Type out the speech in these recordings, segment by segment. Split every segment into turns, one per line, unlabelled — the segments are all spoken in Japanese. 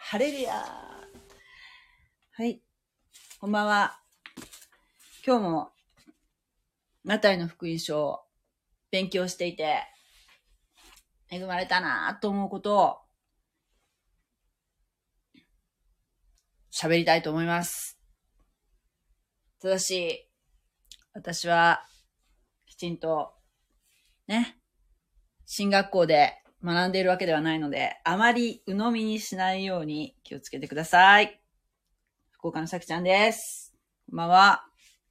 ハレルヤ。はい。こんばんは。今日もマタイの福音書を勉強していて、恵まれたなと思うことを喋りたいと思います。ただし、私はきちんと進学校で学んでいるわけではないので、あまり鵜呑みにしないように気をつけてください。福岡のさきちゃんです。こんばんは。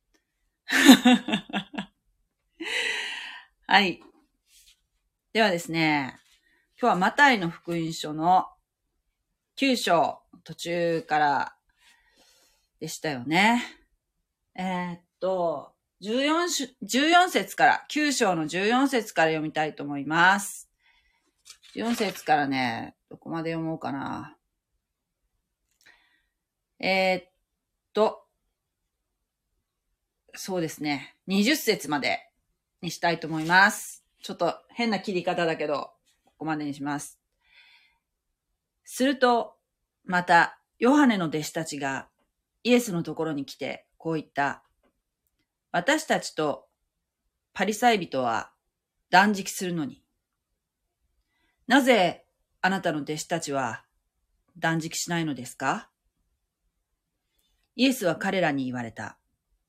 はい。ではですね、今日はマタイの福音書の9章途中からでしたよね。14節から、9章の14節から読みたいと思います。14節からね、どこまで読もうかな。そうですね、20節までにしたいと思います。ちょっと変な切り方だけど、ここまでにします。すると、また、ヨハネの弟子たちがイエスのところに来て、こう言った。私たちとパリサイ人は断食するのに、なぜあなたの弟子たちは断食しないのですか？イエスは彼らに言われた。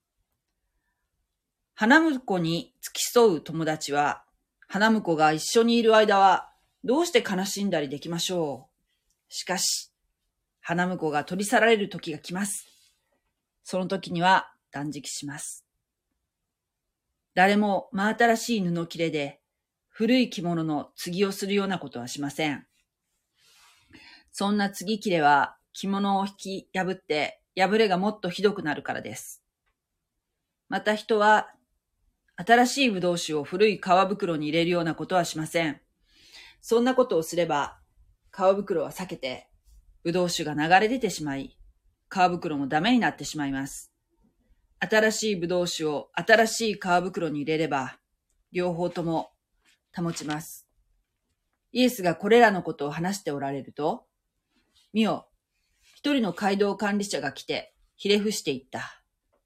花婿に付き添う友達は、花婿が一緒にいる間はどうして悲しんだりできましょう。しかし、花婿が取り去られる時が来ます。その時には断食します。誰も真新しい布切れで古い着物の継ぎをするようなことはしません。そんな継ぎ切れは着物を引き破って破れがもっとひどくなるからです。また人は新しい葡萄酒を古い皮袋に入れるようなことはしません。そんなことをすれば皮袋は裂けて葡萄酒が流れ出てしまい、皮袋もダメになってしまいます。新しい葡萄酒を新しい皮袋に入れれば、両方とも保ちます。イエスがこれらのことを話しておられると、見よ、一人の街道管理者が来て、ひれ伏していった。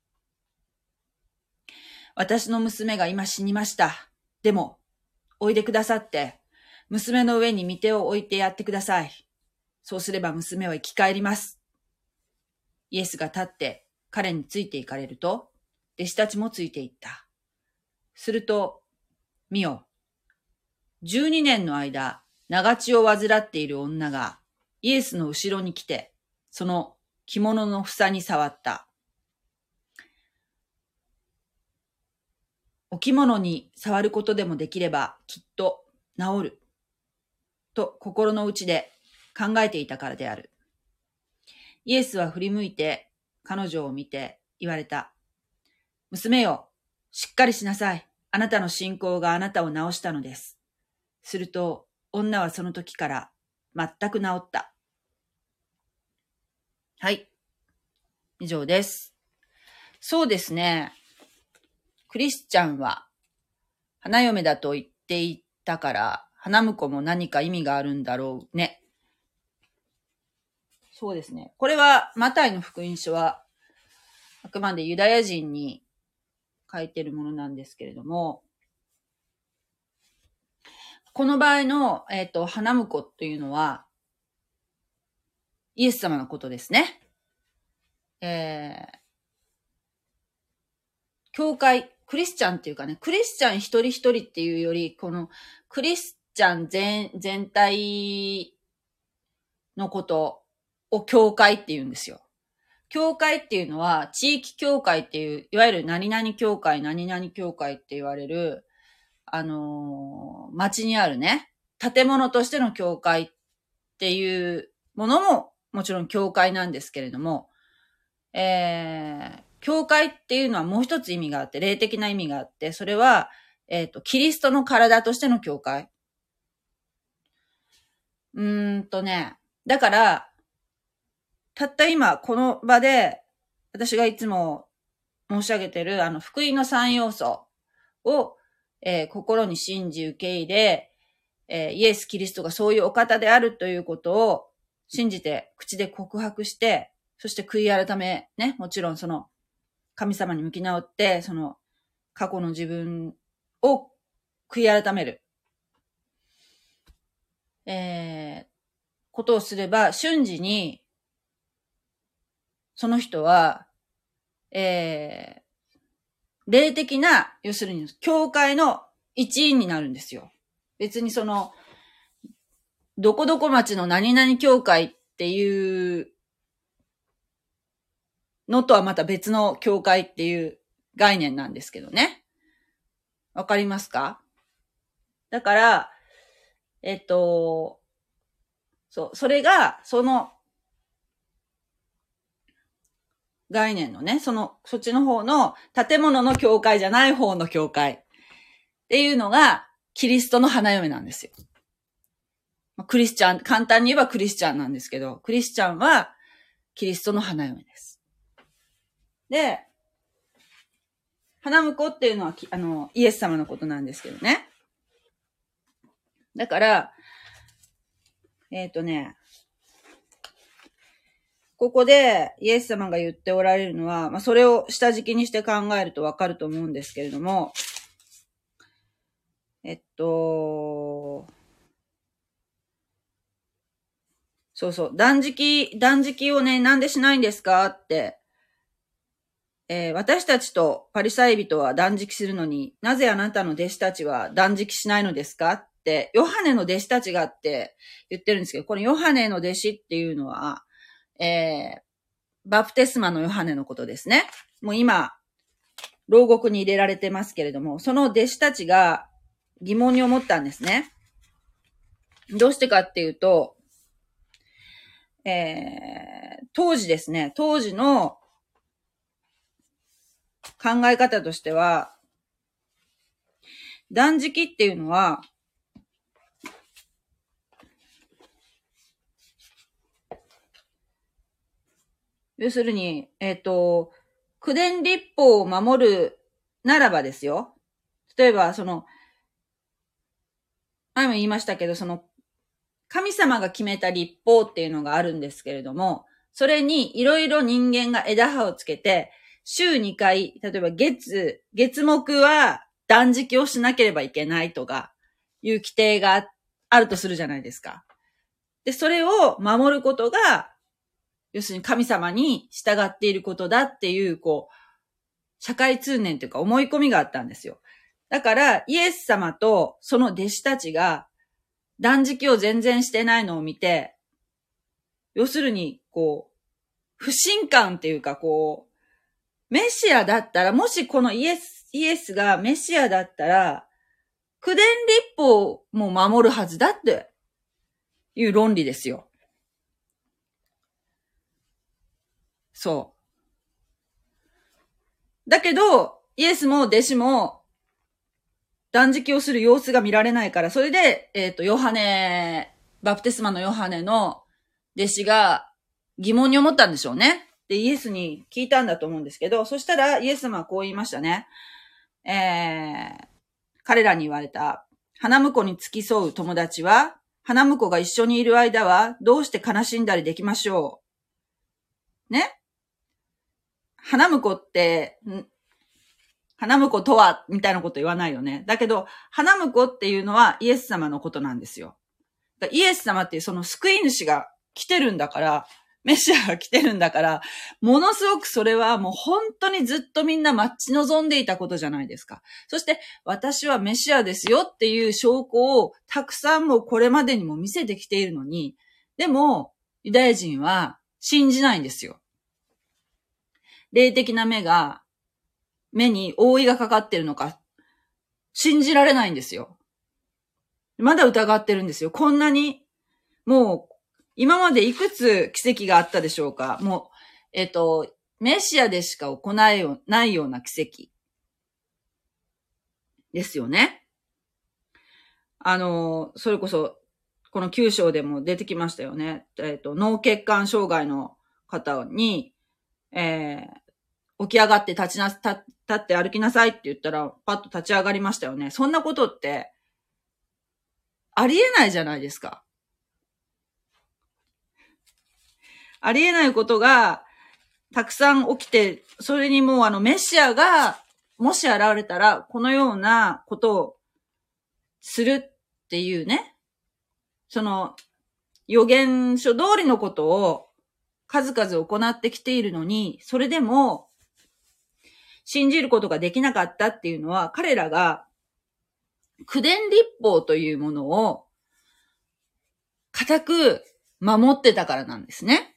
私の娘が今死にました。でも、おいでくださって、娘の上に御手を置いてやってください。そうすれば娘は生き返ります。イエスが立って彼について行かれると、弟子たちもついて行った。すると、見よ、12年の間、長血を患っている女がイエスの後ろに来て、その着物の房に触った。お着物に触ることでもできればきっと治る。と心の内で考えていたからである。イエスは振り向いて彼女を見て言われた。娘よ、しっかりしなさい。あなたの信仰があなたを治したのです。すると女はその時から全く治った。はい。以上です。そうですね。クリスチャンは花嫁だと言っていたから、花婿も何か意味があるんだろうね。そうですね。これはマタイの福音書はあくまでユダヤ人に書いてるものなんですけれども、この場合の、花婿というのはイエス様のことですね。教会、クリスチャンっていうかね、クリスチャン一人一人っていうより、このクリスチャン全体のことを教会って言うんですよ。教会っていうのは、地域教会っていう、いわゆる何々教会、何々教会って言われる、町にあるね、建物としての教会っていうものも、もちろん教会なんですけれども、教会っていうのはもう一つ意味があって、霊的な意味があって、それは、キリストの体としての教会。だから、たった今、この場で、私がいつも申し上げてる、福音の3要素を、心に信じ受け入れ、イエス・キリストがそういうお方であるということを信じて口で告白して、そして悔い改め、ね、もちろんその神様に向き直って、その過去の自分を悔い改める。ことをすれば、瞬時に、その人は、霊的な、要するに、教会の一員になるんですよ。別にその、どこどこ町の何々教会っていうのとはまた別の教会っていう概念なんですけどね。わかりますか？だから、そう、それが、その、概念のね、そっちの方の建物の教会じゃない方の教会っていうのが、キリストの花嫁なんですよ。クリスチャン、簡単に言えばクリスチャンなんですけど、クリスチャンはキリストの花嫁です。で、花婿っていうのは、イエス様のことなんですけどね。だから、ここでイエス様が言っておられるのは、それを下敷きにして考えるとわかると思うんですけれども、そうそう、断食をね、なんでしないんですかって、私たちとパリサイ人は断食するのになぜあなたの弟子たちは断食しないのですかって、ヨハネの弟子たちがって言ってるんですけど、このヨハネの弟子っていうのは、バプテスマのヨハネのことですね。もう今、牢獄に入れられてますけれども、その弟子たちが疑問に思ったんですね。どうしてかっていうと、当時ですね、当時の考え方としては、断食っていうのは、要するに、九伝律法を守るならばですよ。例えば、前も言いましたけど、神様が決めた律法っていうのがあるんですけれども、それにいろいろ人間が枝葉をつけて、週2回、例えば月木は断食をしなければいけないとか、いう規定があるとするじゃないですか。で、それを守ることが、要するに神様に従っていることだっていう、社会通念というか思い込みがあったんですよ。だから、イエス様とその弟子たちが断食を全然してないのを見て、要するに、不信感っていうか、メシアだったら、もしこのイエスがメシアだったら、九伝律法も守るはずだっていう論理ですよ。そう。だけど、イエスも弟子も断食をする様子が見られないから、それで、バプテスマのヨハネの弟子が疑問に思ったんでしょうね。で、イエスに聞いたんだと思うんですけど、そしたらイエス様はこう言いましたね。彼らに言われた。花婿に付き添う友達は、花婿が一緒にいる間は、どうして悲しんだりできましょう。ね。花婿って、花婿とは、みたいなこと言わないよね。だけど、花婿っていうのはイエス様のことなんですよ。イエス様っていうその救い主が来てるんだから、メシアが来てるんだから、ものすごくそれはもう本当にずっとみんな待ち望んでいたことじゃないですか。そして、私はメシアですよっていう証拠をたくさんもこれまでにも見せてきているのに、でも、ユダヤ人は信じないんですよ。霊的な目に覆いがかかってるのか、信じられないんですよ。まだ疑ってるんですよ。こんなに、もう、今までいくつ奇跡があったでしょうか。もう、メシアでしか行えないような奇跡。ですよね。それこそ、この9章でも出てきましたよね。脳血管障害の方に、起き上がって立って歩きなさいって言ったら、パッと立ち上がりましたよね。そんなことって、ありえないじゃないですか。 ありえないことがたくさん起きて、それにもうメシアがもし現れたら、このようなことをするっていうね、その預言書通りのことを数々行ってきているのに、それでも信じることができなかったっていうのは、彼らが九伝律法というものを固く守ってたからなんですね。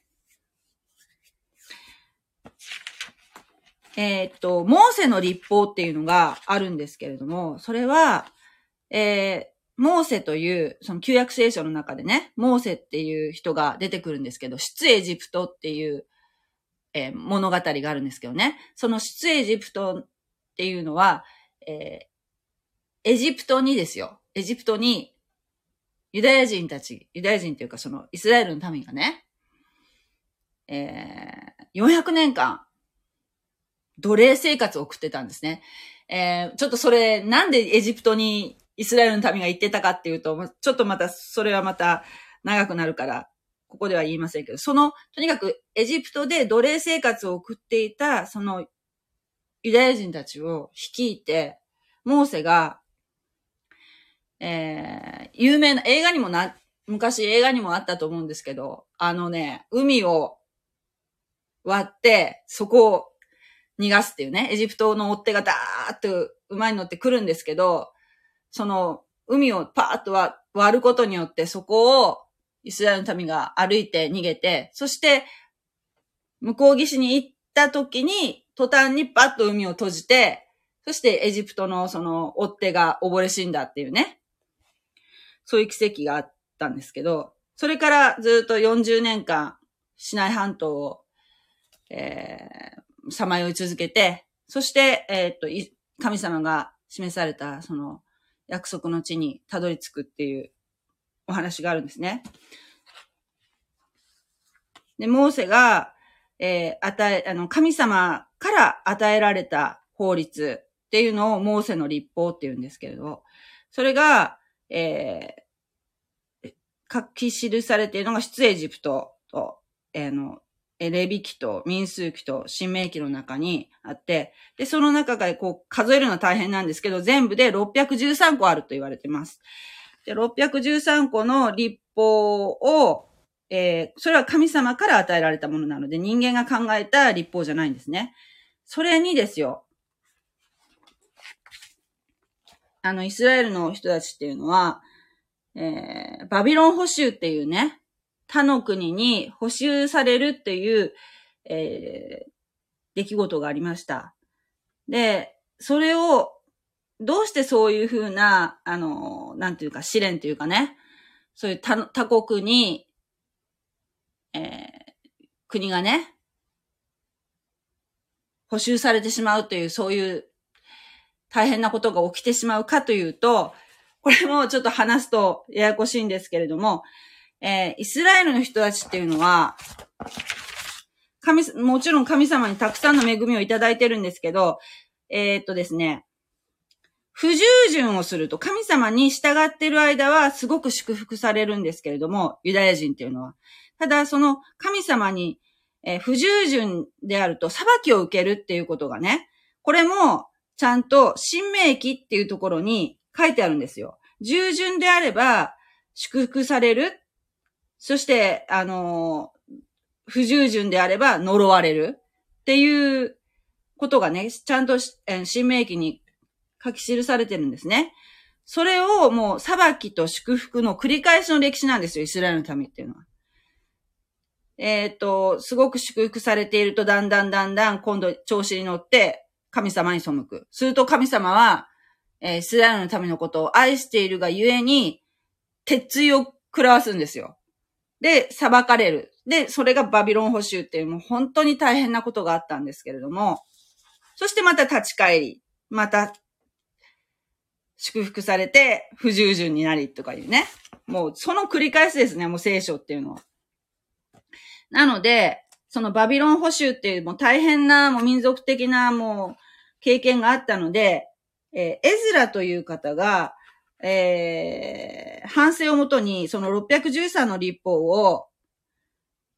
モーセの律法っていうのがあるんですけれども、それは、モーセという、その旧約聖書の中でね、モーセっていう人が出てくるんですけど、出エジプトっていう、物語があるんですけどね、その出エジプトっていうのは、エジプトにですよ、エジプトにユダヤ人というかそのイスラエルの民がね、400年間、奴隷生活を送ってたんですね。ちょっとそれ、なんでエジプトにイスラエルの民が行ってたかっていうと、ちょっとまた、それはまた長くなるから、ここでは言いませんけど、とにかくエジプトで奴隷生活を送っていた、そのユダヤ人たちを率いて、モーセが、有名な昔映画にもあったと思うんですけど、海を割って、そこを逃がすっていうね、エジプトの追っ手がダーッと馬に乗ってくるんですけど、その海をパーッと割ることによって、そこをイスラエルの民が歩いて逃げて、そして向こう岸に行った時に途端にパッと海を閉じて、そしてエジプトのその追っ手が溺れ死んだっていうね、そういう奇跡があったんですけど、それからずっと40年間シナイ半島をさまよい続けて、そして、神様が示された、その、約束の地にたどり着くっていうお話があるんですね。で、モーセが、神様から与えられた法律っていうのをモーセの律法っていうんですけれど、それが、書き記されているのが出エジプトと、レビ記と民数記と申命記の中にあって、で、その中からこう数えるのは大変なんですけど、全部で613個あると言われています。で、613個の律法を、それは神様から与えられたものなので、人間が考えた律法じゃないんですね。それにですよ、イスラエルの人たちっていうのは、バビロン捕囚っていうね、他の国に捕囚されるっていう、出来事がありました。で、それを、どうしてそういうふうな、なんていうか試練というかね、そういう他国に、国がね、捕囚されてしまうという、そういう大変なことが起きてしまうかというと、これもちょっと話すとややこしいんですけれども、イスラエルの人たちっていうのは、もちろん神様にたくさんの恵みをいただいてるんですけど、ですね、不従順をすると、神様に従っている間はすごく祝福されるんですけれども、ユダヤ人っていうのは。ただ、その神様に、不従順であると裁きを受けるっていうことがね、これもちゃんと申命記っていうところに書いてあるんですよ。従順であれば祝福される。そして、不従順であれば呪われるっていうことがね、ちゃんと申命記に書き記されてるんですね。それをもう裁きと祝福の繰り返しの歴史なんですよ、イスラエルの民っていうのは。すごく祝福されているとだんだん今度調子に乗って神様に背く。すると神様は、イスラエルの民のことを愛しているがゆえに、鉄槌を食らわすんですよ。で、裁かれる。で、それがバビロン捕囚っていうもう本当に大変なことがあったんですけれども、そしてまた立ち返り、また祝福されて不従順になりとかいうね。もうその繰り返しですね、もう聖書っていうのは。なので、そのバビロン捕囚っていうもう大変なもう民族的なもう経験があったので、エズラという方が、反省をもとにその613の律法を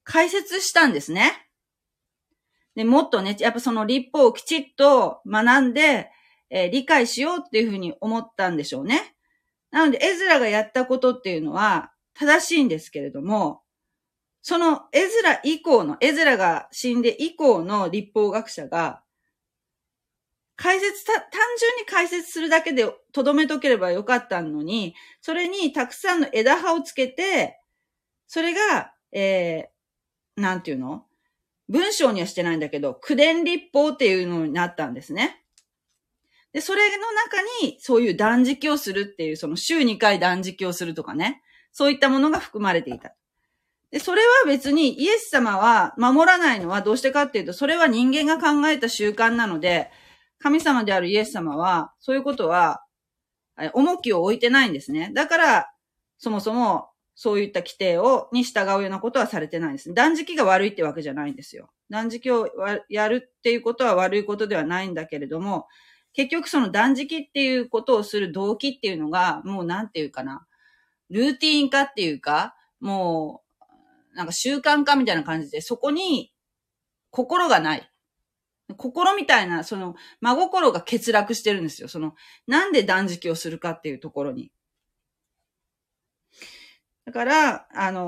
解説したんですね。で、もっとね、やっぱその律法をきちっと学んで、理解しようっていうふうに思ったんでしょうね。なので、エズラがやったことっていうのは正しいんですけれども、そのエズラが死んで以降の律法学者が、単純に解説するだけで留めとければよかったのに、それにたくさんの枝葉をつけて、それが、なんていうの？文章にはしてないんだけど、句伝律法っていうのになったんですね。で、それの中にそういう断食をするっていう、その週2回断食をするとかね、そういったものが含まれていた。で、それは別にイエス様は守らないのはどうしてかっていうと、それは人間が考えた習慣なので、神様であるイエス様は、そういうことは、重きを置いてないんですね。だから、そもそも、そういった規定に従うようなことはされてないんです。断食が悪いってわけじゃないんですよ。断食をやるっていうことは悪いことではないんだけれども、結局その断食っていうことをする動機っていうのが、もうなんていうかな、ルーティーン化っていうか、もう、なんか習慣化みたいな感じで、そこに心がない。心みたいな、その、真心が欠落してるんですよ。その、なんで断食をするかっていうところに。だから、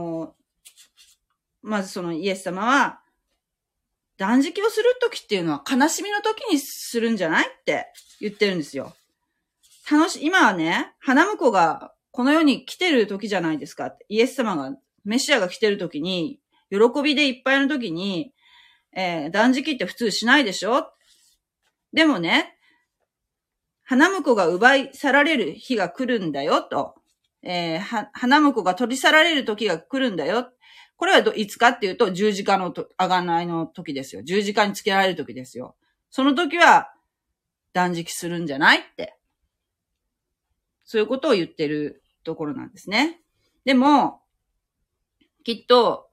まずそのイエス様は、断食をするときっていうのは悲しみのときにするんじゃないって言ってるんですよ。今はね、花婿がこの世に来てるときじゃないですかって。イエス様が、メシアが来てるときに、喜びでいっぱいのときに、断食って普通しないでしょ？でもね、花婿が奪い去られる日が来るんだよと。花婿が取り去られる時が来るんだよ。これはいつかっていうと、十字架の贖いの時ですよ。十字架につけられる時ですよ。その時は断食するんじゃないって。そういうことを言ってるところなんですね。でも、きっと、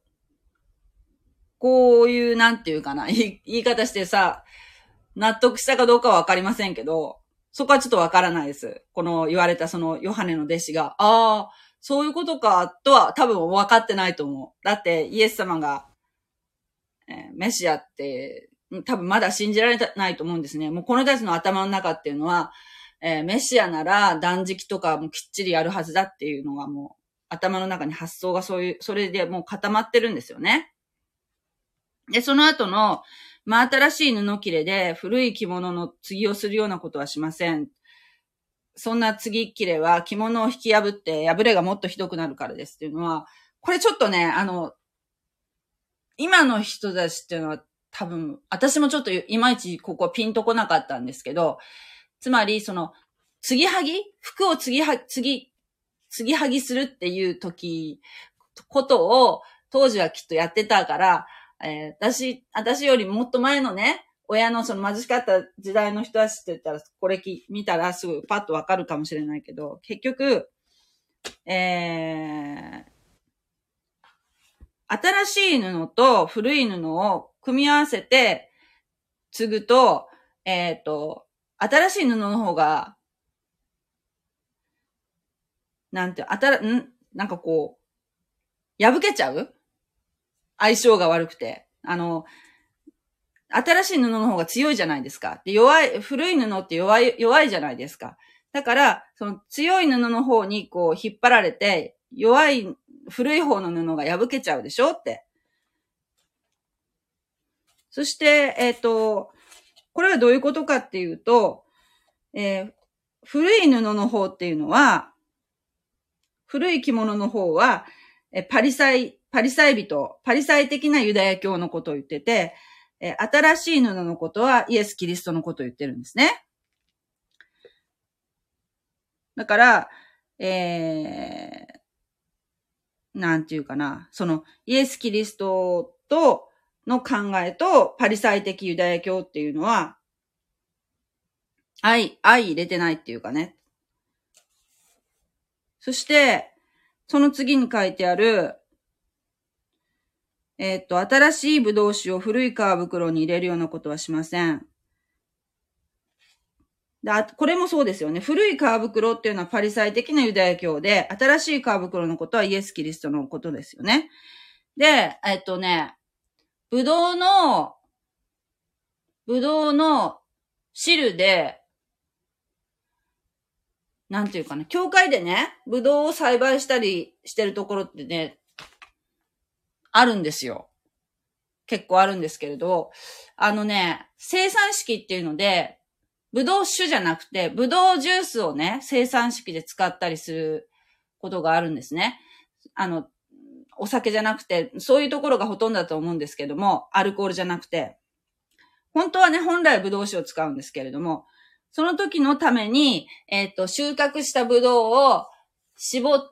こういう、なんていうかな、言い方してさ、納得したかどうかはわかりませんけど、そこはちょっとわからないです。この言われたそのヨハネの弟子が、ああ、そういうことか、とは多分分かってないと思う。だってイエス様が、メシアって多分まだ信じられないと思うんですね。もうこの人たちの頭の中っていうのは、メシアなら断食とかもきっちりやるはずだっていうのがもう頭の中に発想がそれでもう固まってるんですよね。で、その後の、真新しい布切れで古い着物の継ぎをするようなことはしません。そんな継ぎ切れは着物を引き破って破れがもっとひどくなるからですっていうのは、これちょっとね、今の人たちっていうのは多分、私もちょっといまいちここピンとこなかったんですけど、つまりその、服を継ぎはぎするっていうことを当時はきっとやってたから、私よりもっと前のね、親のその貧しかった時代の人たちって言ったら、これ見たらすぐパッとわかるかもしれないけど、結局、新しい布と古い布を組み合わせて継ぐと、新しい布の方が、なんかこう、破けちゃう？相性が悪くて。新しい布の方が強いじゃないですか。で、古い布って弱いじゃないですか。だから、その強い布の方にこう引っ張られて、古い方の布が破けちゃうでしょって。そして、これはどういうことかっていうと、古い布の方っていうのは、古い着物の方は、パリサイ的なユダヤ教のことを言ってて、新しい布のことはイエス・キリストのことを言ってるんですね。だから、なんていうかな、そのイエス・キリストの考えとパリサイ的ユダヤ教っていうのは、相入れてないっていうかね。そして、その次に書いてある、新しいブドウ酒を古い皮袋に入れるようなことはしません。これもそうですよね。古い皮袋っていうのはパリサイ的なユダヤ教で、新しい皮袋のことはイエス・キリストのことですよね。 で、ぶどうの汁で、なんていうかな、教会でね、ぶどうを栽培したりしてるところってね、あるんですよ。結構あるんですけれど、生産式っていうので、ぶどう酒じゃなくて、ぶどうジュースをね、生産式で使ったりすることがあるんですね。お酒じゃなくて、そういうところがほとんどだと思うんですけども、アルコールじゃなくて、本当はね、本来ぶどう酒を使うんですけれども、その時のために、収穫したぶどうを絞って、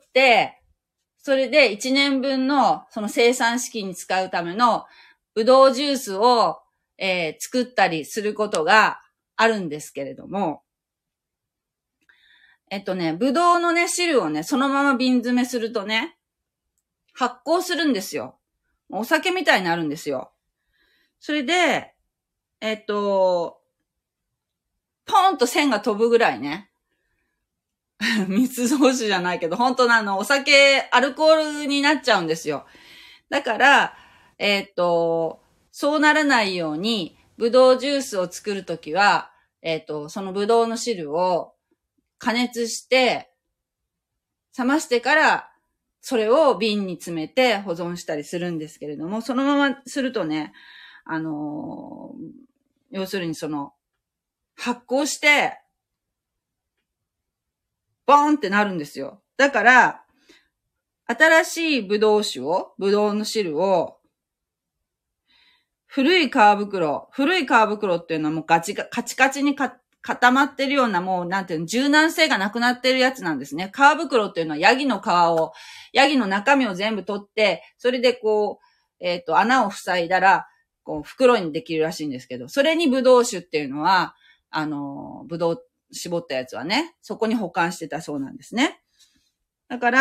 それで1年分のその生産式に使うためのぶどうジュースを、作ったりすることがあるんですけれども、ぶどうのね、汁をね、そのまま瓶詰めするとね、発酵するんですよ。お酒みたいになるんですよ。それで、ポーンと線が飛ぶぐらいね。密造酒じゃないけど、本当のお酒、アルコールになっちゃうんですよ。だから、そうならないように、ぶどうジュースを作るときは、そのぶどうの汁を加熱して、冷ましてから、それを瓶に詰めて保存したりするんですけれども、そのままするとね、要するに発酵して、ボーンってなるんですよ。だから、新しいぶどうの汁を、古い皮袋っていうのはもうカチカチに固まってるようなもうなんていうの、柔軟性がなくなってるやつなんですね。皮袋っていうのはヤギの中身を全部取って、それで穴を塞いだら、袋にできるらしいんですけど、それにぶどう酒っていうのは、ぶどう絞ったやつはね、そこに保管してたそうなんですね。だから、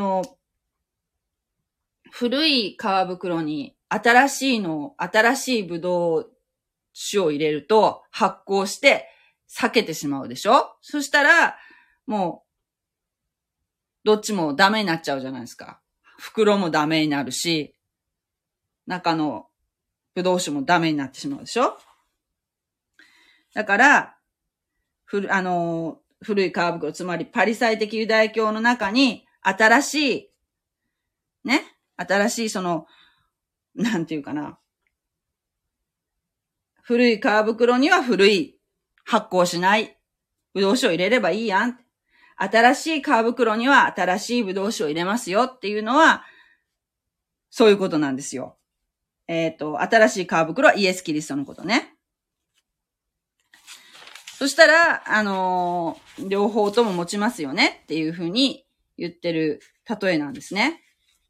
古い皮袋に新しいぶどう酒を入れると発酵して裂けてしまうでしょ？そしたら、もう、どっちもダメになっちゃうじゃないですか。袋もダメになるし、中のぶどう酒もダメになってしまうでしょ？だから、古い皮袋、つまりパリサイ的ユダヤ教の中に、新しいなんていうかな。古い皮袋には古い発酵しないぶどう酒を入れればいいやん。新しい皮袋には新しいぶどう酒を入れますよっていうのは、そういうことなんですよ。新しい皮袋はイエス・キリストのことね。そしたら、両方とも持ちますよねっていうふうに言ってる例えなんですね。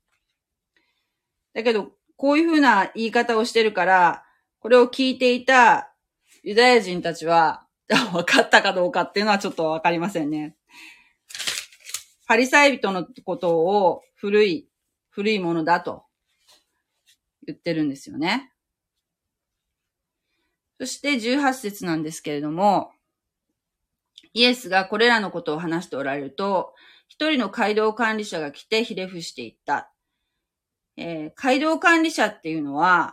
だけど、こういうふうな言い方をしてるから、これを聞いていたユダヤ人たちは、分かったかどうかっていうのはちょっと分かりませんね。パリサイ人のことを古いものだと言ってるんですよね。そして18節なんですけれども、イエスがこれらのことを話しておられると、一人の街道管理者が来てひれ伏していった。街道管理者っていうのは、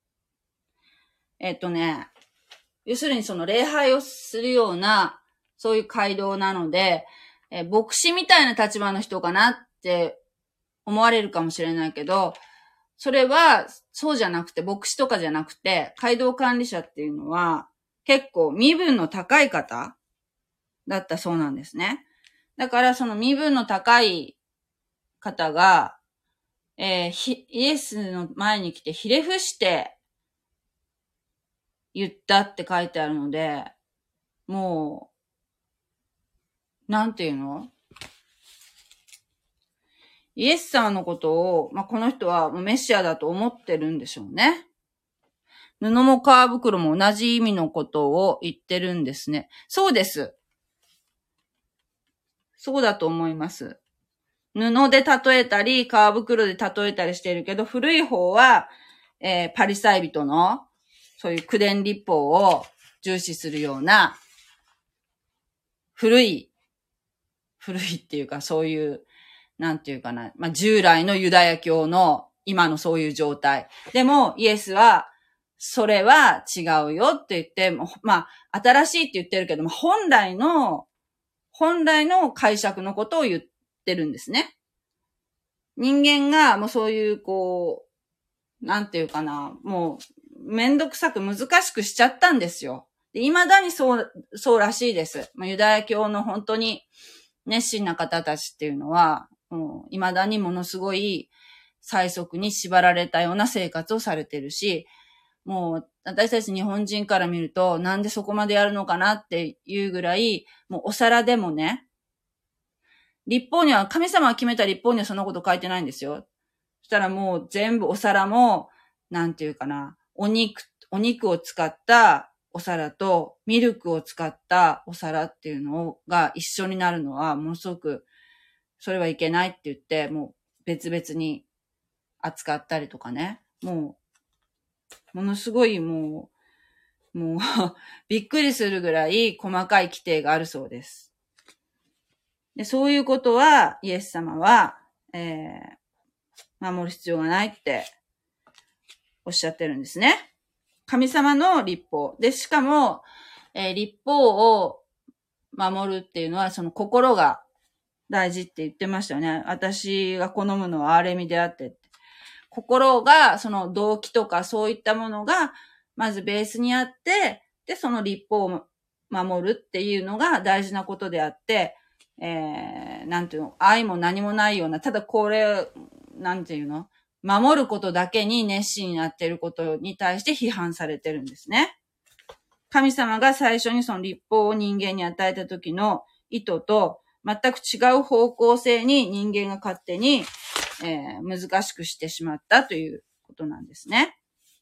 要するにその礼拝をするような、そういう街道なので、牧師みたいな立場の人かなって思われるかもしれないけど、それはそうじゃなくて、牧師とかじゃなくて、街道管理者っていうのは、結構身分の高い方だったそうなんですね。だからその身分の高い方が、イエスの前に来てひれ伏して言ったって書いてあるので、もう、なんていうの？イエス様のことを、この人はメシアだと思ってるんでしょうね。布も皮袋も同じ意味のことを言ってるんですね。そうです。そうだと思います。布で例えたり、皮袋で例えたりしているけど、古い方は、パリサイ人の、そういう九伝律法を重視するような、古いっていうか、そういう、なんていうかな、従来のユダヤ教の今のそういう状態。でも、イエスは、それは違うよって言って、まあ、新しいって言ってるけども、本来の解釈のことを言ってるんですね。人間がもうそういうなんていうかな、もうめんどくさく難しくしちゃったんですよ。で、未だにそうらしいです。ユダヤ教の本当に熱心な方たちっていうのは、もう未だにものすごい催促に縛られたような生活をされてるし、もう私たち日本人から見るとなんでそこまでやるのかなっていうぐらい、もうお皿でもね、律法には、神様が決めた律法にはそんなこと書いてないんですよ。そしたらもう全部お皿も、なんていうかな、お肉を使ったお皿とミルクを使ったお皿っていうのが一緒になるのはものすごく、それはいけないって言って、もう別々に扱ったりとかね。もう、ものすごいもうびっくりするぐらい細かい規定があるそうです。で、そういうことは、イエス様は、守る必要がないっておっしゃってるんですね。神様の律法。で、しかも、律法を守るっていうのは、その心が大事って言ってましたよね。私が好むのは憐れみであって。心が、その動機とかそういったものが、まずベースにあって、で、その律法を守るっていうのが大事なことであって、なんていうの、愛も何もないような、ただこれ、なんていうの、守ることだけに熱心になっていることに対して批判されてるんですね。神様が最初にその律法を人間に与えた時の意図と全く違う方向性に人間が勝手に、難しくしてしまったということなんですね。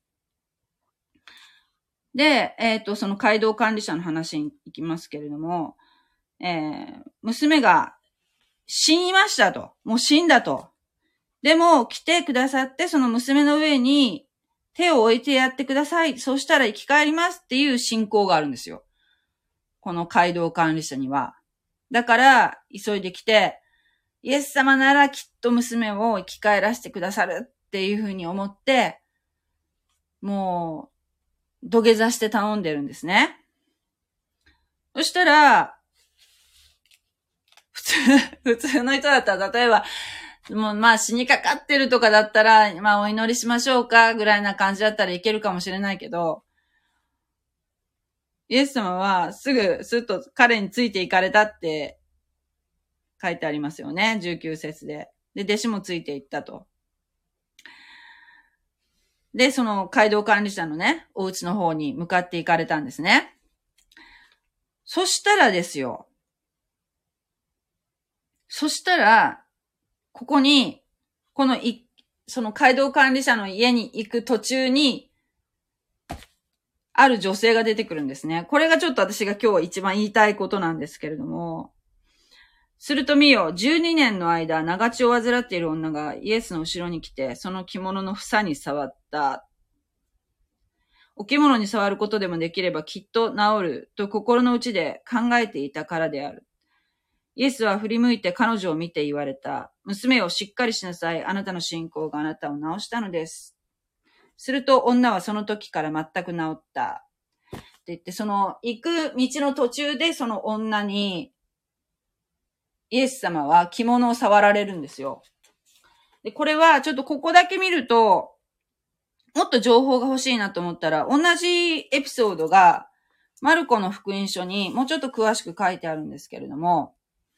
で、その街道管理者の話に行きますけれども、娘が死にましたと。もう死んだと。でも来てくださってその娘の上に手を置いてやってください。そうしたら生き返りますっていう信仰があるんですよ。この街道管理者には。だから急いで来て、イエス様ならきっと娘を生き返らせてくださるっていうふうに思って、もう土下座して頼んでるんですね。そしたら、普通の人だったら、例えば、もうまあ死にかかってるとかだったら、まあお祈りしましょうかぐらいな感じだったらいけるかもしれないけど、イエス様はすっと彼についていかれたって書いてありますよね。19節で。で、弟子もついていったと。で、その街道管理者のね、お家の方に向かっていかれたんですね。そしたらですよ。ここに、その街道管理者の家に行く途中に、ある女性が出てくるんですね。これがちょっと私が今日一番言いたいことなんですけれども、すると見よ、12年の間、長血を患っている女がイエスの後ろに来て、その着物の房に触った。お着物に触ることでもできればきっと治ると心の内で考えていたからである。イエスは振り向いて彼女を見て言われた。娘をしっかりしなさい。あなたの信仰があなたを治したのです。すると女はその時から全く治った。って言って、その行く道の途中でその女にイエス様は着物を触られるんですよ。で、これはちょっとここだけ見ると、もっと情報が欲しいなと思ったら、同じエピソードがマルコの福音書にもうちょっと詳しく書いてあるんですけれども、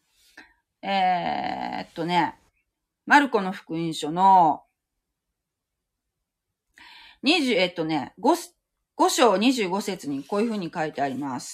マルコの福音書の5章25節にこういうふうに書いてあります。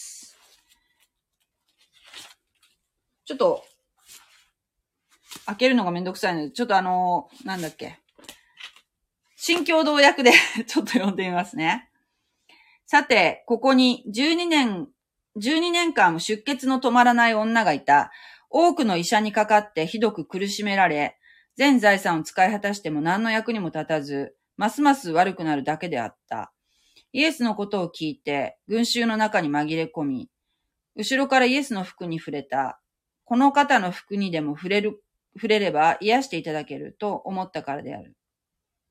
ちょっと、開けるのがめんどくさいので、ちょっとなんだっけ。新共同訳でちょっと読んでみますね。さて、ここに12年間も出血の止まらない女がいた。多くの医者にかかってひどく苦しめられ、全財産を使い果たしても何の役にも立たず、ますます悪くなるだけであった。イエスのことを聞いて、群衆の中に紛れ込み、後ろからイエスの服に触れた。この方の服にでも触れれば癒していただけると思ったからである。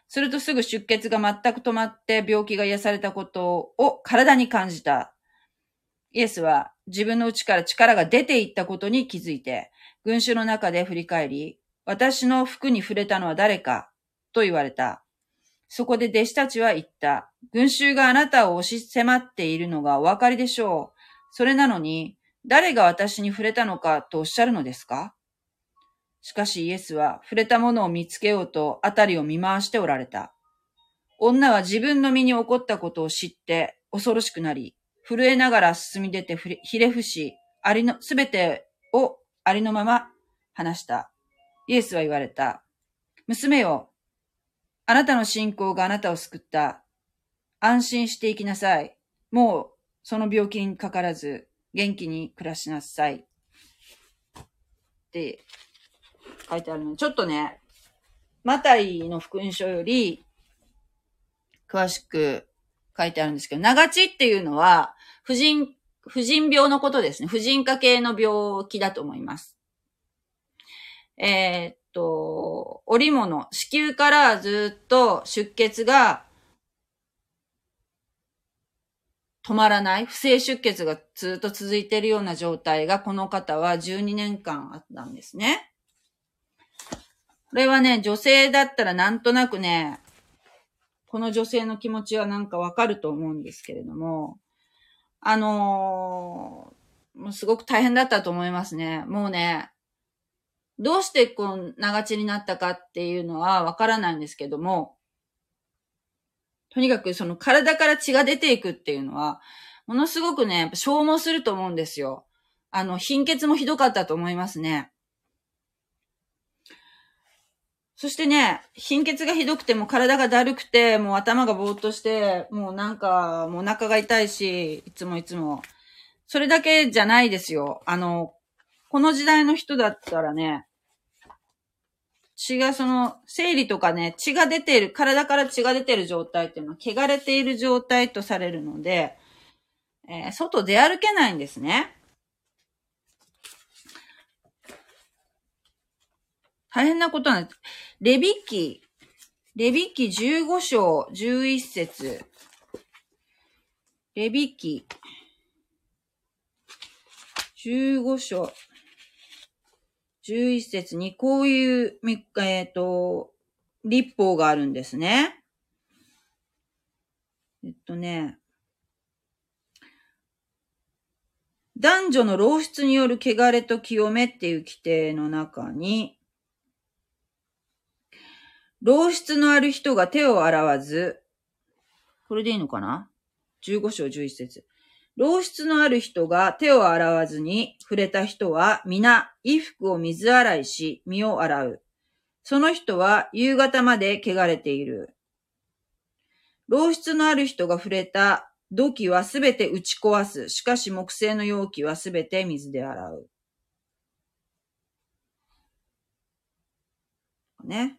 するとすぐ出血が全く止まって病気が癒されたことを体に感じた。イエスは自分の内から力が出ていったことに気づいて、群衆の中で振り返り、私の服に触れたのは誰かと言われた。そこで弟子たちは言った。群衆があなたを押し迫っているのがお分かりでしょう。それなのに、誰が私に触れたのかとおっしゃるのですか？しかしイエスは触れたものを見つけようと辺りを見回しておられた。女は自分の身に起こったことを知って恐ろしくなり、震えながら進み出てひれ伏し、すべてをありのまま話した。イエスは言われた。娘よ、あなたの信仰があなたを救った。安心して生きなさい。もうその病気にかからず元気に暮らしなさい。って書いてあるので、ちょっとね、マタイの福音書より詳しく書いてあるんですけど、長血っていうのは婦人病のことですね。婦人科系の病気だと思います。織物、子宮からずっと出血が止まらない、不正出血がずっと続いているような状態がこの方は12年間あったんですね。これはね、女性だったらなんとなくね、この女性の気持ちはなんかわかると思うんですけれども、もうすごく大変だったと思いますね。もうね、どうしてこう長血になったかっていうのはわからないんですけども、とにかくその体から血が出ていくっていうのは、ものすごくね、消耗すると思うんですよ。貧血もひどかったと思いますね。そしてね、貧血がひどくても体がだるくて、もう頭がぼーっとして、もうなんか、もうお腹が痛いし、いつも。それだけじゃないですよ。この時代の人だったらね、血が生理とかね、血が出ている、体から血が出ている状態っていうのは、汚れている状態とされるので、外出歩けないんですね。大変なことなんです。レビ記15章11節。レビ記15章11節にこういう、律法があるんですね。男女の漏出による汚れと清めっていう規定の中に、漏出のある人が手を洗わず、これでいいのかな ?15 章11節。漏出のある人が手を洗わずに触れた人は皆衣服を水洗いし身を洗う。その人は夕方まで汚れている。漏出のある人が触れた土器はすべて打ち壊す。しかし木製の容器はすべて水で洗う。ね。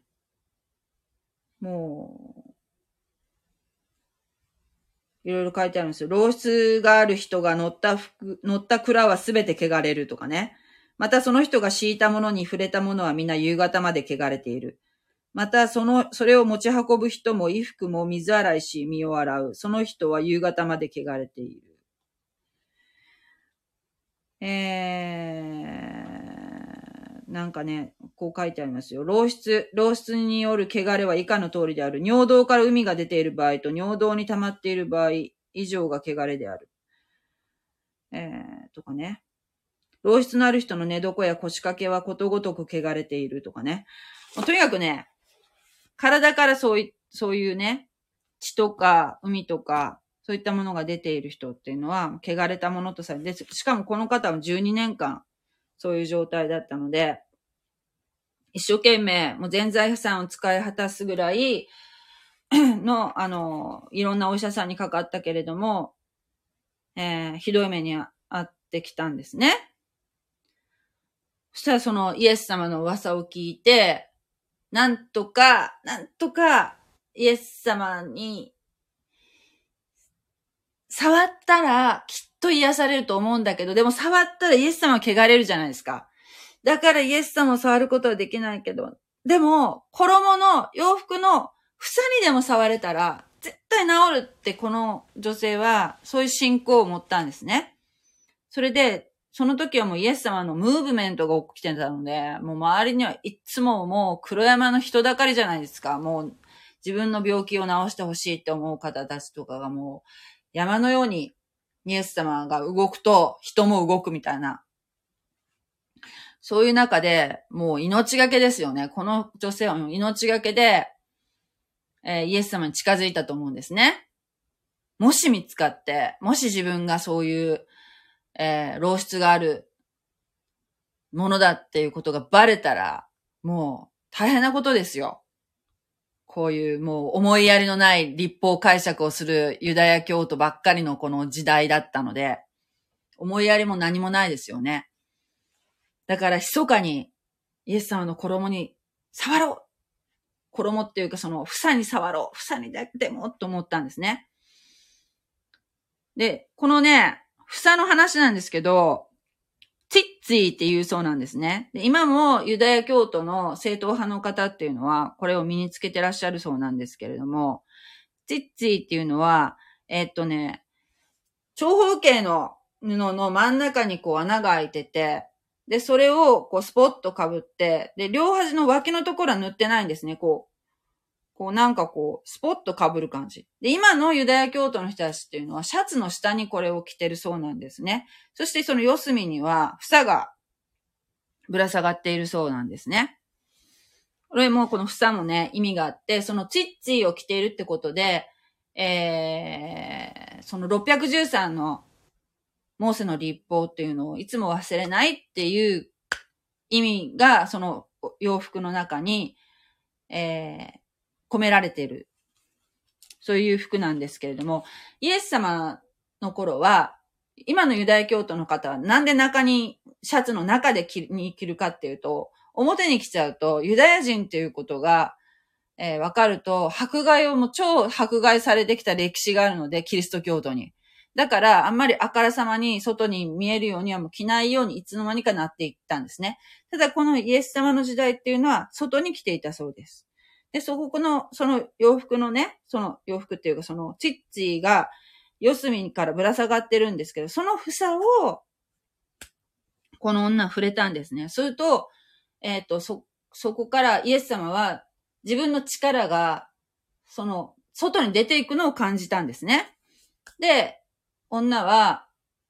もう、いろいろ書いてあるんですよ。漏出がある人が乗った蔵はすべて汚れるとかね。またその人が敷いたものに触れたものはみんな夕方まで汚れている。またそれを持ち運ぶ人も衣服も水洗いし身を洗う。その人は夕方まで汚れている。なんかね、こう書いてありますよ。漏出による汚れは以下の通りである。尿道から海が出ている場合と尿道に溜まっている場合以上が汚れである。とかね。漏出のある人の寝床や腰掛けはことごとく汚れているとかね。とにかくね、体からそういうね、血とか海とか、そういったものが出ている人っていうのは、汚れたものとされて、しかもこの方は12年間、そういう状態だったので、一生懸命、もう全財産を使い果たすぐらいの、いろんなお医者さんにかかったけれども、ひどい目に遭ってきたんですね。そしたらそのイエス様の噂を聞いて、なんとか、イエス様に、触ったらきっと癒されると思うんだけど、でも触ったらイエス様は汚れるじゃないですか。だからイエス様を触ることはできないけど、でも、洋服の房にでも触れたら絶対治るってこの女性はそういう信仰を持ったんですね。それで、その時はもうイエス様のムーブメントが起きてたので、もう周りにはいつももう黒山の人だかりじゃないですか。もう自分の病気を治してほしいって思う方たちとかがもう山のようにイエス様が動くと人も動くみたいな。そういう中でもう命がけですよね。この女性は命がけで、イエス様に近づいたと思うんですね。もし見つかって、もし自分がそういう、漏出があるものだっていうことがバレたら、もう大変なことですよ。こういうもう思いやりのない立法解釈をするユダヤ教徒ばっかりのこの時代だったので、思いやりも何もないですよね。だから密かにイエス様の衣に触ろう。衣っていうかその房に触ろう。房にだけでもと思ったんですね。で、このね、房の話なんですけど、ツィッツィっていうそうなんですね。で、今もユダヤ教徒の正統派の方っていうのは、これを身につけてらっしゃるそうなんですけれども、ツィッツィっていうのは、長方形の布の真ん中にこう穴が開いてて、で、それをこうスポッと被って、で、両端の脇のところは塗ってないんですね。こうなんかこう、スポッと被る感じ。で、今のユダヤ教徒の人たちっていうのは、シャツの下にこれを着てるそうなんですね。そしてその四隅には、房がぶら下がっているそうなんですね。これもこの房もね、意味があって、そのツィッツィを着ているってことで、その613のモーセの律法っていうのをいつも忘れないっていう意味が、その洋服の中に、込められている。そういう服なんですけれども、イエス様の頃は、今のユダヤ教徒の方はなんで中に、シャツの中で着るかっていうと、表に着ちゃうとユダヤ人っていうことが、わかると、迫害をもう超迫害されてきた歴史があるので、キリスト教徒に。だから、あんまりあからさまに外に見えるようにはもう着ないようにいつの間にかなっていったんですね。ただ、このイエス様の時代っていうのは、外に着ていたそうです。で、その洋服のね、その洋服っていうか、そのチッチーが四隅からぶら下がってるんですけど、その房を、この女は触れたんですね。すると、そこからイエス様は自分の力が、外に出ていくのを感じたんですね。で、女は、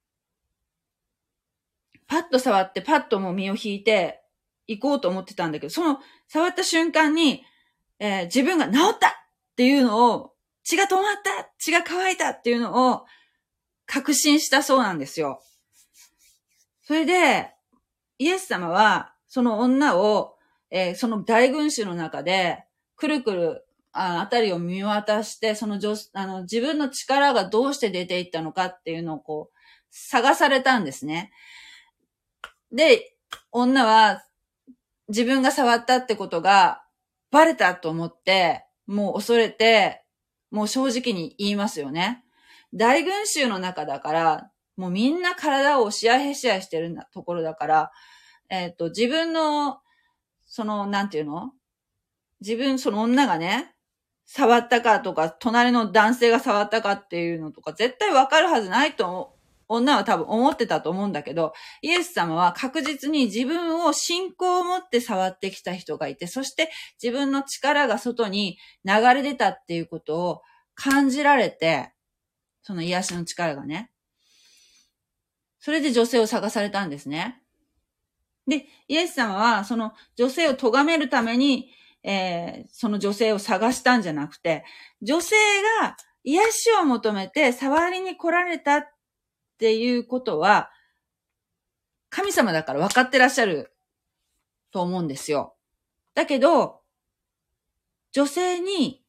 パッと触って、パッともう身を引いて行こうと思ってたんだけど、その触った瞬間に、自分が治ったっていうのを、血が止まった血が乾いたっていうのを確信したそうなんですよ。それで、イエス様は、その女を、その大群衆の中で、くるくる、あたりを見渡して、自分の力がどうして出ていったのかっていうのをこう、探されたんですね。で、女は、自分が触ったってことが、バレたと思って、もう恐れて、もう正直に言いますよね。大群衆の中だから、もうみんな体を押し合いへし合いしてるところだから、自分の、なんていうの？その女がね、触ったかとか、隣の男性が触ったかっていうのとか、絶対わかるはずないと、女は多分思ってたと思うんだけど、イエス様は確実に自分を信仰を持って触ってきた人がいて、そして自分の力が外に流れ出たっていうことを感じられて、その癒しの力がね。それで女性を探されたんですね。で、イエス様はその女性を咎めるために、その女性を探したんじゃなくて、女性が癒しを求めて触りに来られたっていうことは、神様だから分かってらっしゃると思うんですよ。だけど、女性に、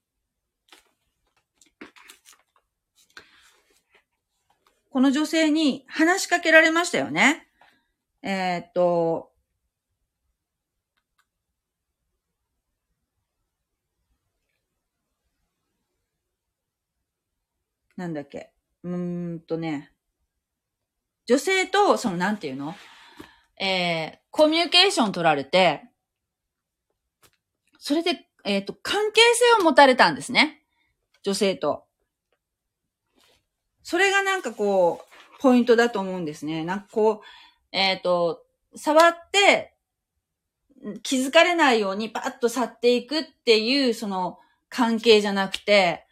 この女性に話しかけられましたよね。なんだっけ。女性と、なんていうの？コミュニケーション取られて、それで、 関係性を持たれたんですね。女性と。それがなんかこう、ポイントだと思うんですね。なんかこう、触って、気づかれないようにパッと去っていくっていう、その関係じゃなくて、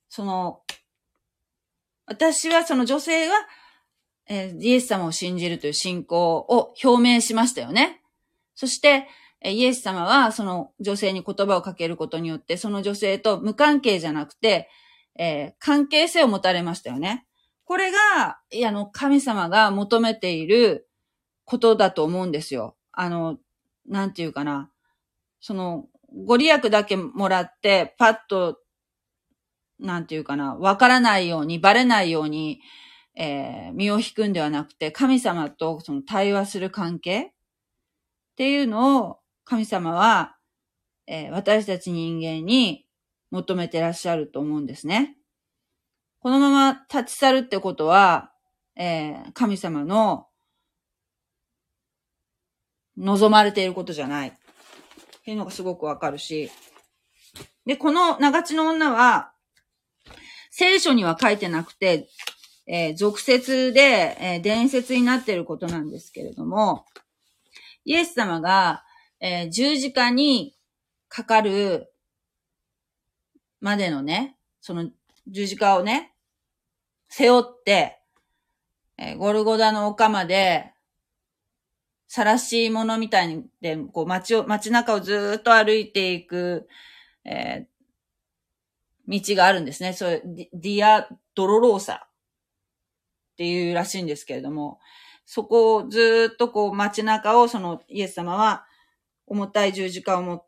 私はその女性は、イエス様を信じるという信仰を表明しましたよね。そして、イエス様はその女性に言葉をかけることによって、その女性と無関係じゃなくて、関係性を持たれましたよね。これが、神様が求めていることだと思うんですよ。なんていうかな。ご利益だけもらって、パッと、なんていうかな、わからないように、バレないように、身を引くんではなくて、神様とその対話する関係っていうのを、神様は、私たち人間に求めてらっしゃると思うんですね。このまま立ち去るってことは、神様の望まれていることじゃない。っていうのがすごくわかるし。で、この長地の女は、聖書には書いてなくて、俗説で、伝説になっていることなんですけれども、イエス様が、十字架にかかるまでのね、その十字架をね、背負って、ゴルゴダの丘まで、晒し者みたいにで、こう街中をずーっと歩いていく、道があるんですね。そういうディアドロローサっていうらしいんですけれども、そこをずーっとこう街中をそのイエス様は重たい十字架を持って、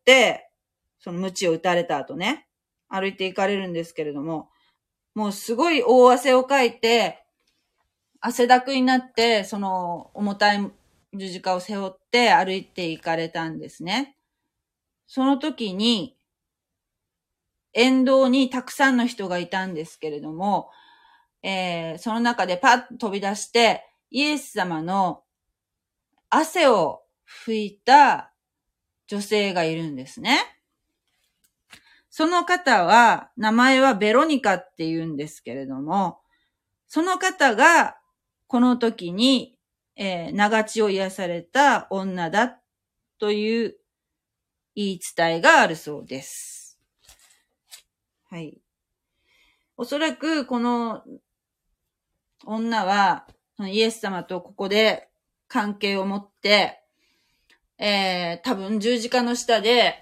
その鞭を打たれた後ね、歩いていかれるんですけれども、もうすごい大汗をかいて、汗だくになって、その重たい十字架を背負って歩いていかれたんですね。その時に、沿道にたくさんの人がいたんですけれども、その中でパッと飛び出して、イエス様の汗を拭いた女性がいるんですね。その方は、名前はベロニカって言うんですけれども、その方が、この時に、長血を癒された女だという言い伝えがあるそうです。はい。おそらく、この女は、イエス様とここで関係を持って、多分十字架の下で、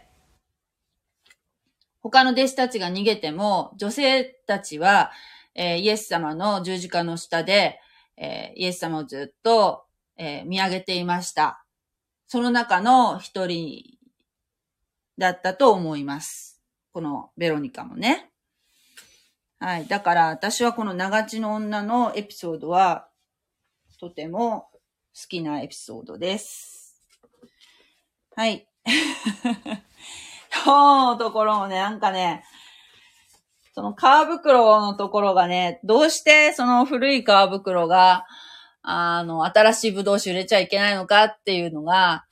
他の弟子たちが逃げても、女性たちは、イエス様の十字架の下で、イエス様をずっと、見上げていました。その中の一人だったと思います。このベロニカもね。はい。だから私はこの長血の女のエピソードは、とても好きなエピソードです。はい。今日のところもね、なんかね、その皮袋のところがね、どうしてその古い皮袋が、新しいブドウ酒入れちゃいけないのかっていうのが、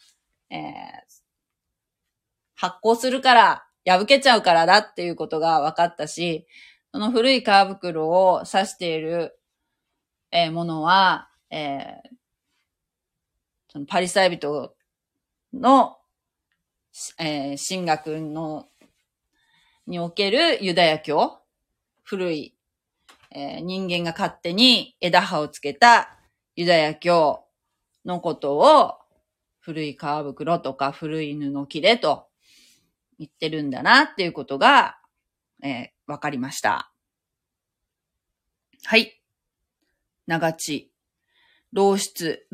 発酵するから、破けちゃうからだっていうことが分かったし、その古い皮袋を指している、ものは、そのパリサイ人の、神学のにおけるユダヤ教、古い、人間が勝手に枝葉をつけたユダヤ教のことを古い皮袋とか古い布切れと言ってるんだなっていうことが、わかりました。はい。長地。漏出。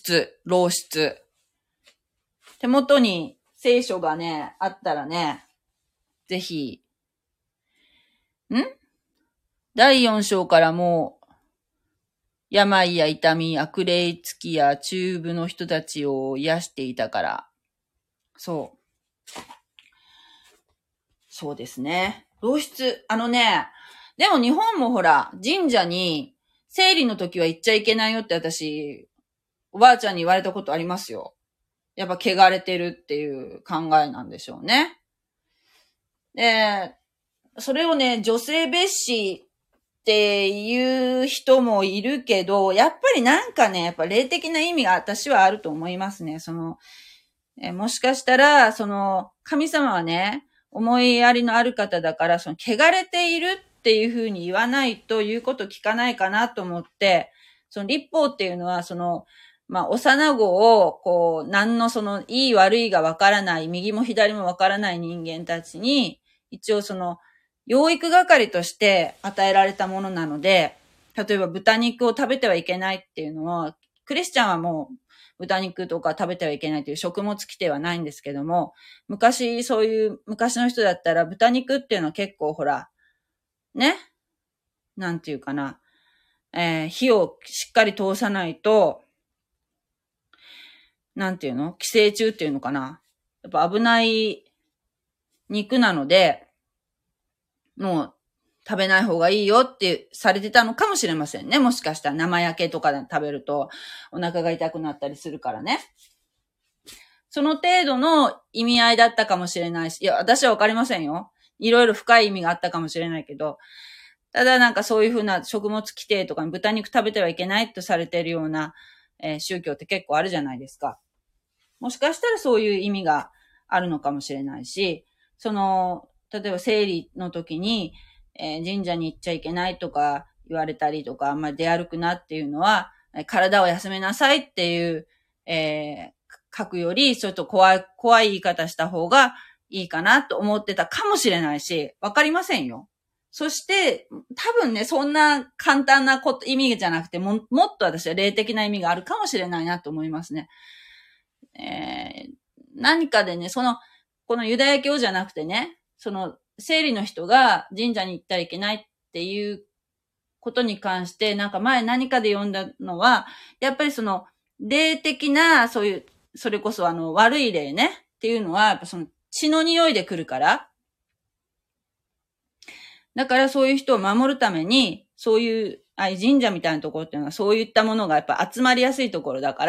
手元に聖書がね、あったらね、ぜひ、第4章からもう、病や痛み、悪霊つきや中部の人たちを癒していたから。そうですね。漏出。でも日本もほら、神社に、生理の時は行っちゃいけないよって私、おばあちゃんに言われたことありますよ。やっぱ汚れてるっていう考えなんでしょうね。 で、それをね、女性蔑視っていう人もいるけど、やっぱりなんかね、やっぱ霊的な意味が私はあると思いますね。もしかしたら、神様はね、思いやりのある方だから、汚れているっていうふうに言わないということ聞かないかなと思って、立法っていうのは、幼子を、何のいい悪いがわからない、右も左もわからない人間たちに、一応養育係として与えられたものなので、例えば豚肉を食べてはいけないっていうのは、クリスチャンはもう豚肉とか食べてはいけないという食物規定はないんですけども、昔の人だったら豚肉っていうのは結構ほら、ね、なんていうかな、火をしっかり通さないと、なんていうの？寄生虫っていうのかな。やっぱ危ない肉なので、もう食べない方がいいよってされてたのかもしれませんね。もしかしたら生焼けとかで食べるとお腹が痛くなったりするからね。その程度の意味合いだったかもしれないし、いや、私はわかりませんよ。いろいろ深い意味があったかもしれないけど、ただなんかそういうふうな食物規定とかに豚肉食べてはいけないとされているような、宗教って結構あるじゃないですか。もしかしたらそういう意味があるのかもしれないし、例えば生理の時に、神社に行っちゃいけないとか言われたりとか、あんまり出歩くなっていうのは、体を休めなさいっていう、書くより、ちょっと怖い言い方した方がいいかなと思ってたかもしれないし、わかりませんよ。そして、多分ね、そんな簡単な意味じゃなくてもっと私は霊的な意味があるかもしれないなと思いますね。何かでね、このユダヤ教じゃなくてね、生理の人が神社に行ったらいけないっていうことに関して、なんか前何かで読んだのは、やっぱり霊的な、そういう、それこそ悪い霊ね、っていうのは、やっぱ血の匂いで来るから、だからそういう人を守るために、そういう、神社みたいなところっていうのは、そういったものがやっぱ集まりやすいところだから、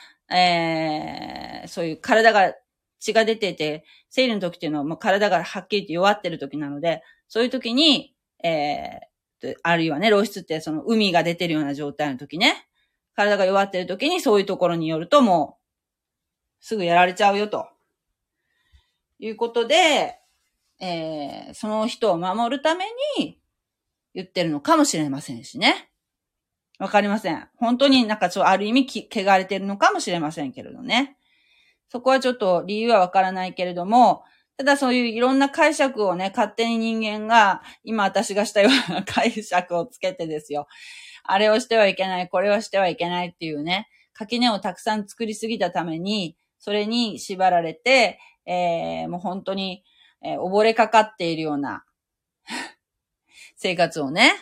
そういう体が血が出てて、生理の時っていうのはもう体がはっきりと弱ってる時なので、そういう時に、あるいはね、漏出って海が出てるような状態の時ね、体が弱ってる時にそういうところによるともう、すぐやられちゃうよと。いうことで、その人を守るために言ってるのかもしれませんしね。わかりません。本当になんかある意味汚れてるのかもしれませんけれどね。そこはちょっと理由はわからないけれども、ただそういういろんな解釈をね、勝手に人間が、今私がしたような解釈をつけてですよ。あれをしてはいけない、これをしてはいけないっていうね、垣根をたくさん作りすぎたために、それに縛られて、もう本当に、溺れかかっているような生活をね、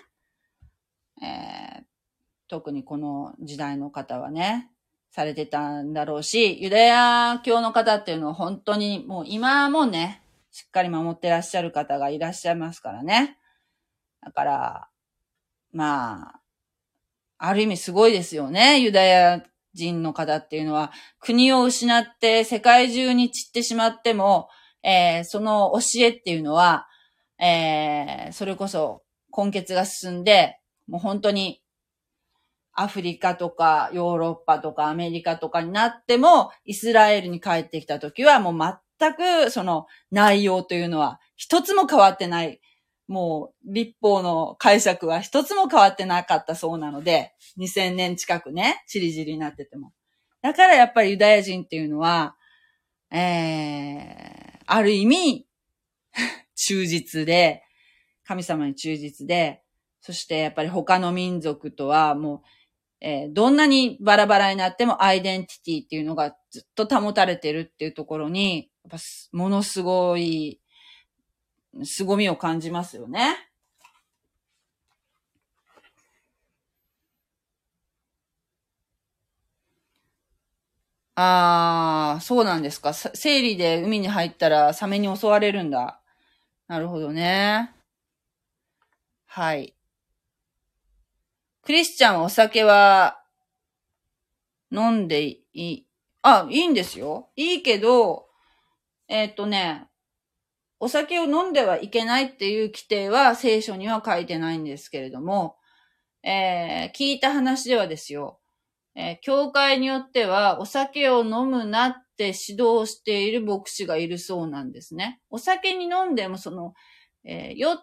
特にこの時代の方はね、されてたんだろうし、ユダヤ教の方っていうのは本当にもう今もね、しっかり守ってらっしゃる方がいらっしゃいますからね。だから、まあ、ある意味すごいですよね。ユダヤ人の方っていうのは、国を失って世界中に散ってしまっても、その教えっていうのは、それこそ根血が進んで、もう本当にアフリカとかヨーロッパとかアメリカとかになっても、イスラエルに帰ってきた時はもう全くその内容というのは一つも変わってない。もう立法の解釈は一つも変わってなかったそうなので、2000年近くね、チリチリになってても。だからやっぱりユダヤ人っていうのは、ある意味、忠実で、神様に忠実で、そしてやっぱり他の民族とはもう、どんなにバラバラになってもアイデンティティっていうのがずっと保たれてるっていうところに、やっぱものすごい、凄みを感じますよね。そうなんですか。生理で海に入ったらサメに襲われるんだ。なるほどね。はい。クリスチャンはお酒は飲んでいい？いいんですよ。いいけど、 お酒を飲んではいけないっていう規定は聖書には書いてないんですけれども、聞いた話ではですよ、教会によってはお酒を飲むなって指導している牧師がいるそうなんですね。お酒に飲んでも酔って、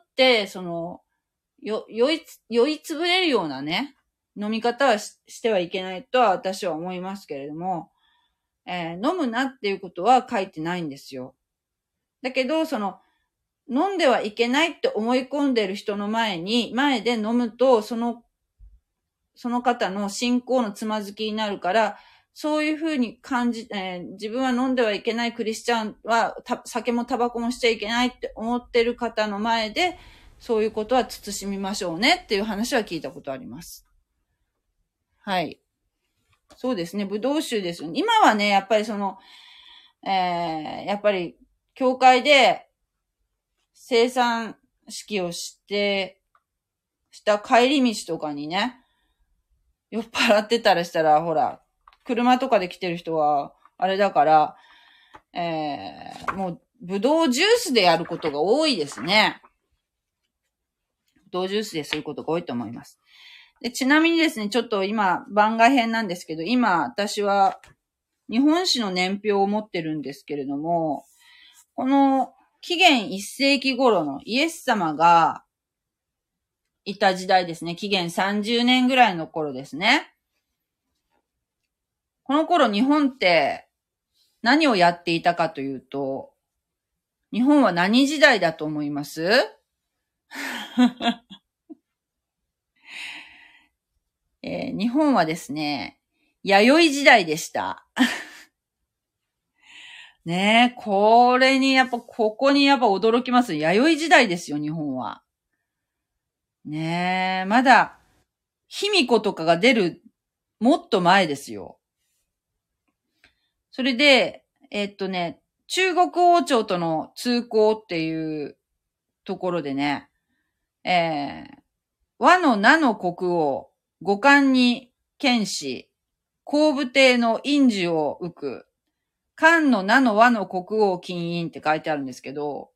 酔いつぶれるようなね、飲み方はしてはいけないとは私は思いますけれども、飲むなっていうことは書いてないんですよ。だけど、飲んではいけないって思い込んでる人の前で飲むと、その方の信仰のつまずきになるから、そういうふうに自分は飲んではいけないクリスチャンは、酒もタバコもしちゃいけないって思ってる方の前で、そういうことは慎みましょうねっていう話は聞いたことあります。はい。そうですね、ブドウ酒ですよね。今はね、やっぱりやっぱり、教会で、生産式をした帰り道とかにね、酔っ払ってたらしたら、ほら、車とかで来てる人は、あれだから、もう、ブドウジュースでやることが多いですね。ブドウジュースですることが多いと思います。で、ちなみにですね、ちょっと今、番外編なんですけど、今、私は、日本史の年表を持ってるんですけれども、この、紀元1世紀頃のイエス様がいた時代ですね。紀元30年ぐらいの頃ですね。この頃日本って何をやっていたかというと、日本は何時代だと思います日本はですね、弥生時代でした。ねえ、ここにやっぱ驚きます。弥生時代ですよ、日本は。ねえ、まだ、卑弥呼とかが出る、もっと前ですよ。それで、中国王朝との通行っていうところでね、倭の名の国王、五冠に剣士、皇武帝の印字を受く、漢の名の倭の国王金印って書いてあるんですけど、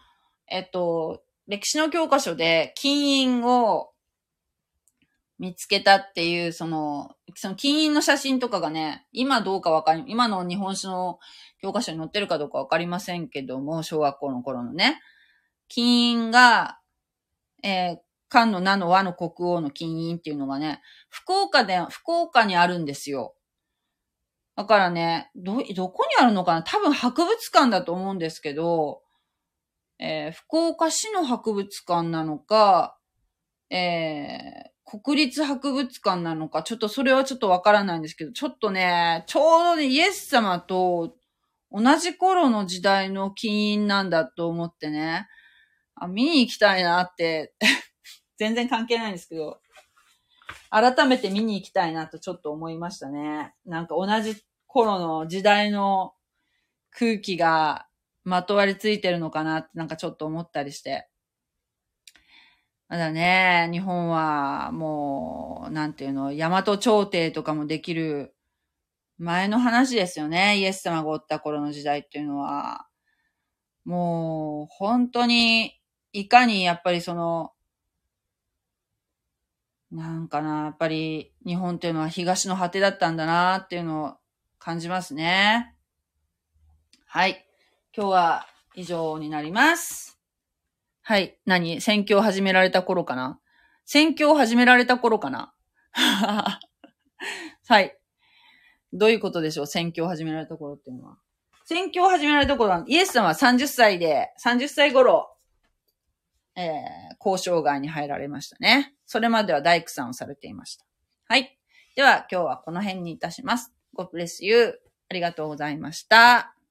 歴史の教科書で金印を見つけたっていう、その金印の写真とかがね、今の日本史の教科書に載ってるかどうかわかりませんけども、小学校の頃のね、金印が、漢の名の倭の国王の金印っていうのがね、福岡にあるんですよ。だからね、どこにあるのかな？多分博物館だと思うんですけど、福岡市の博物館なのか、国立博物館なのか、それはちょっとわからないんですけど、ちょうどね、イエス様と同じ頃の時代の金印なんだと思ってね、見に行きたいなって、全然関係ないんですけど、改めて見に行きたいなとちょっと思いましたね。なんか同じ頃の時代の空気がまとわりついてるのかなってなんかちょっと思ったりして。まだね、日本はもう、なんていうの、大和朝廷とかもできる前の話ですよね。イエス様がおった頃の時代っていうのは。もう、本当に、いかにやっぱりなんかな、やっぱり日本っていうのは東の果てだったんだなっていうのを感じますね。はい。今日は以上になります。はい。宣教を始められた頃かなはい。どういうことでしょう？宣教を始められた頃っていうのは。宣教を始められた頃は、イエス様は30歳頃、交渉外に入られましたね。それまでは大工さんをされていました。はい。では今日はこの辺にいたします。God bless you. ありがとうございました。